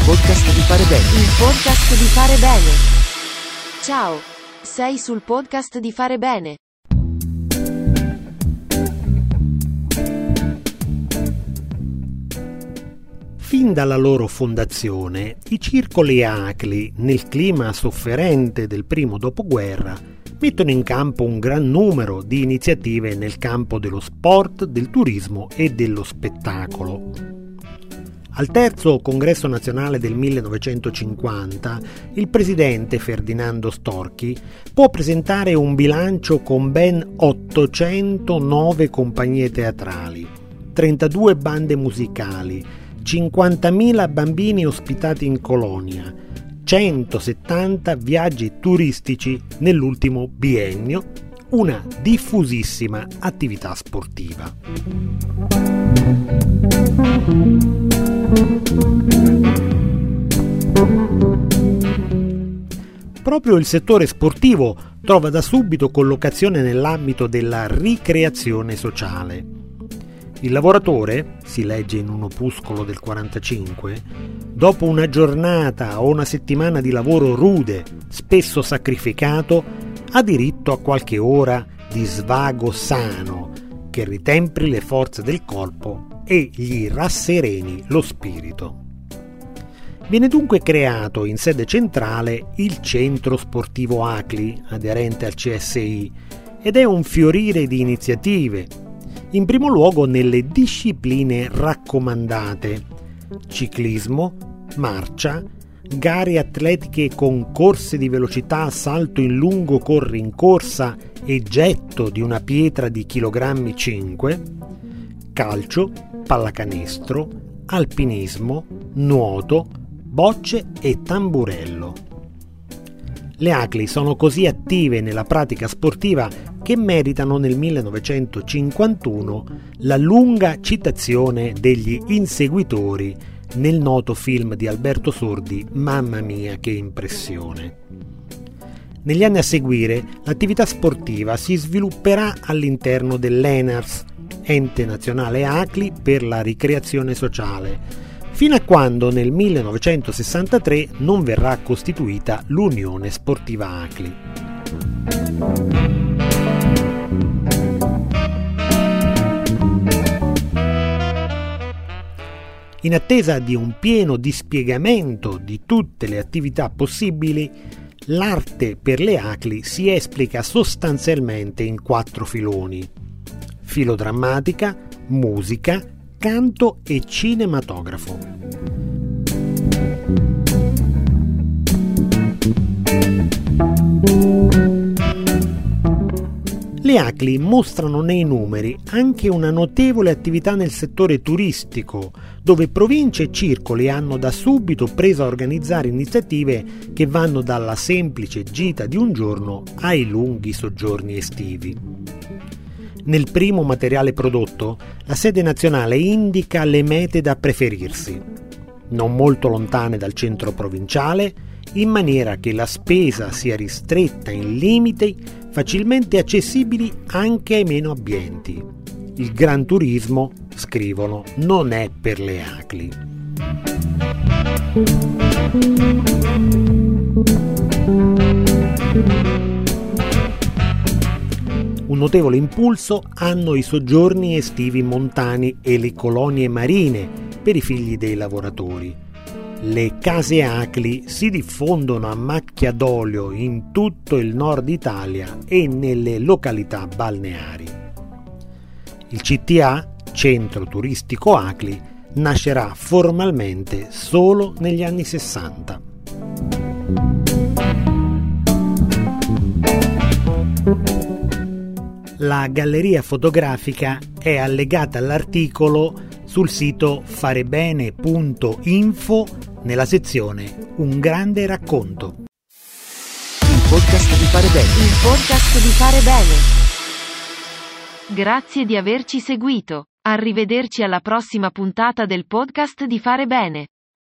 podcast di fare bene. Il podcast di fare bene. Ciao, sei sul podcast di fare bene. Fin dalla loro fondazione, i circoli ACLI, nel clima sofferente del primo dopoguerra, mettono in campo un gran numero di iniziative nel campo dello sport, del turismo e dello spettacolo. Al terzo congresso nazionale del 1950, il presidente Ferdinando Storchi può presentare un bilancio con ben 809 compagnie teatrali, 32 bande musicali, 50.000 bambini ospitati in colonia, 170 viaggi turistici nell'ultimo biennio, una diffusissima attività sportiva. Proprio il settore sportivo trova da subito collocazione nell'ambito della ricreazione sociale. Il lavoratore, si legge in un opuscolo del 45, dopo una giornata o una settimana di lavoro rude, spesso sacrificato, ha diritto a qualche ora di svago sano che ritempri le forze del corpo e gli rassereni lo spirito. Viene dunque creato in sede centrale il Centro Sportivo ACLI, aderente al CSI, ed è un fiorire di iniziative, in primo luogo nelle discipline raccomandate: ciclismo, marcia, gare atletiche con corse di velocità, salto in lungo, corri in corsa e getto di una pietra di chilogrammi 5, calcio, pallacanestro, alpinismo, nuoto, bocce e tamburello. Le ACLI sono così attive nella pratica sportiva che meritano nel 1951 la lunga citazione degli inseguitori nel noto film di Alberto Sordi Mamma mia che impressione. Negli anni a seguire l'attività sportiva si svilupperà all'interno dell'ENARS, ente nazionale ACLI per la ricreazione sociale, fino a quando nel 1963 non verrà costituita l'Unione Sportiva ACLI. In attesa di un pieno dispiegamento di tutte le attività possibili, l'arte per le ACLI si esplica sostanzialmente in 4 filoni: filodrammatica, musica, canto e cinematografo. Le ACLI mostrano nei numeri anche una notevole attività nel settore turistico, dove province e circoli hanno da subito preso a organizzare iniziative che vanno dalla semplice gita di un giorno ai lunghi soggiorni estivi. Nel primo materiale prodotto, la sede nazionale indica le mete da preferirsi, non molto lontane dal centro provinciale, in maniera che la spesa sia ristretta in limiti facilmente accessibili anche ai meno abbienti. Il gran turismo, scrivono, non è per le ACLI. Un notevole impulso hanno i soggiorni estivi montani e le colonie marine per i figli dei lavoratori. Le case ACLI si diffondono a macchia d'olio in tutto il nord Italia e nelle località balneari. Il CTA, Centro Turistico ACLI, nascerà formalmente solo negli anni 60. La galleria fotografica è allegata all'articolo sul sito farebene.info nella sezione Un grande racconto. Il podcast di fare bene. Il podcast di fare bene. Grazie di averci seguito. Arrivederci alla prossima puntata del podcast di fare bene.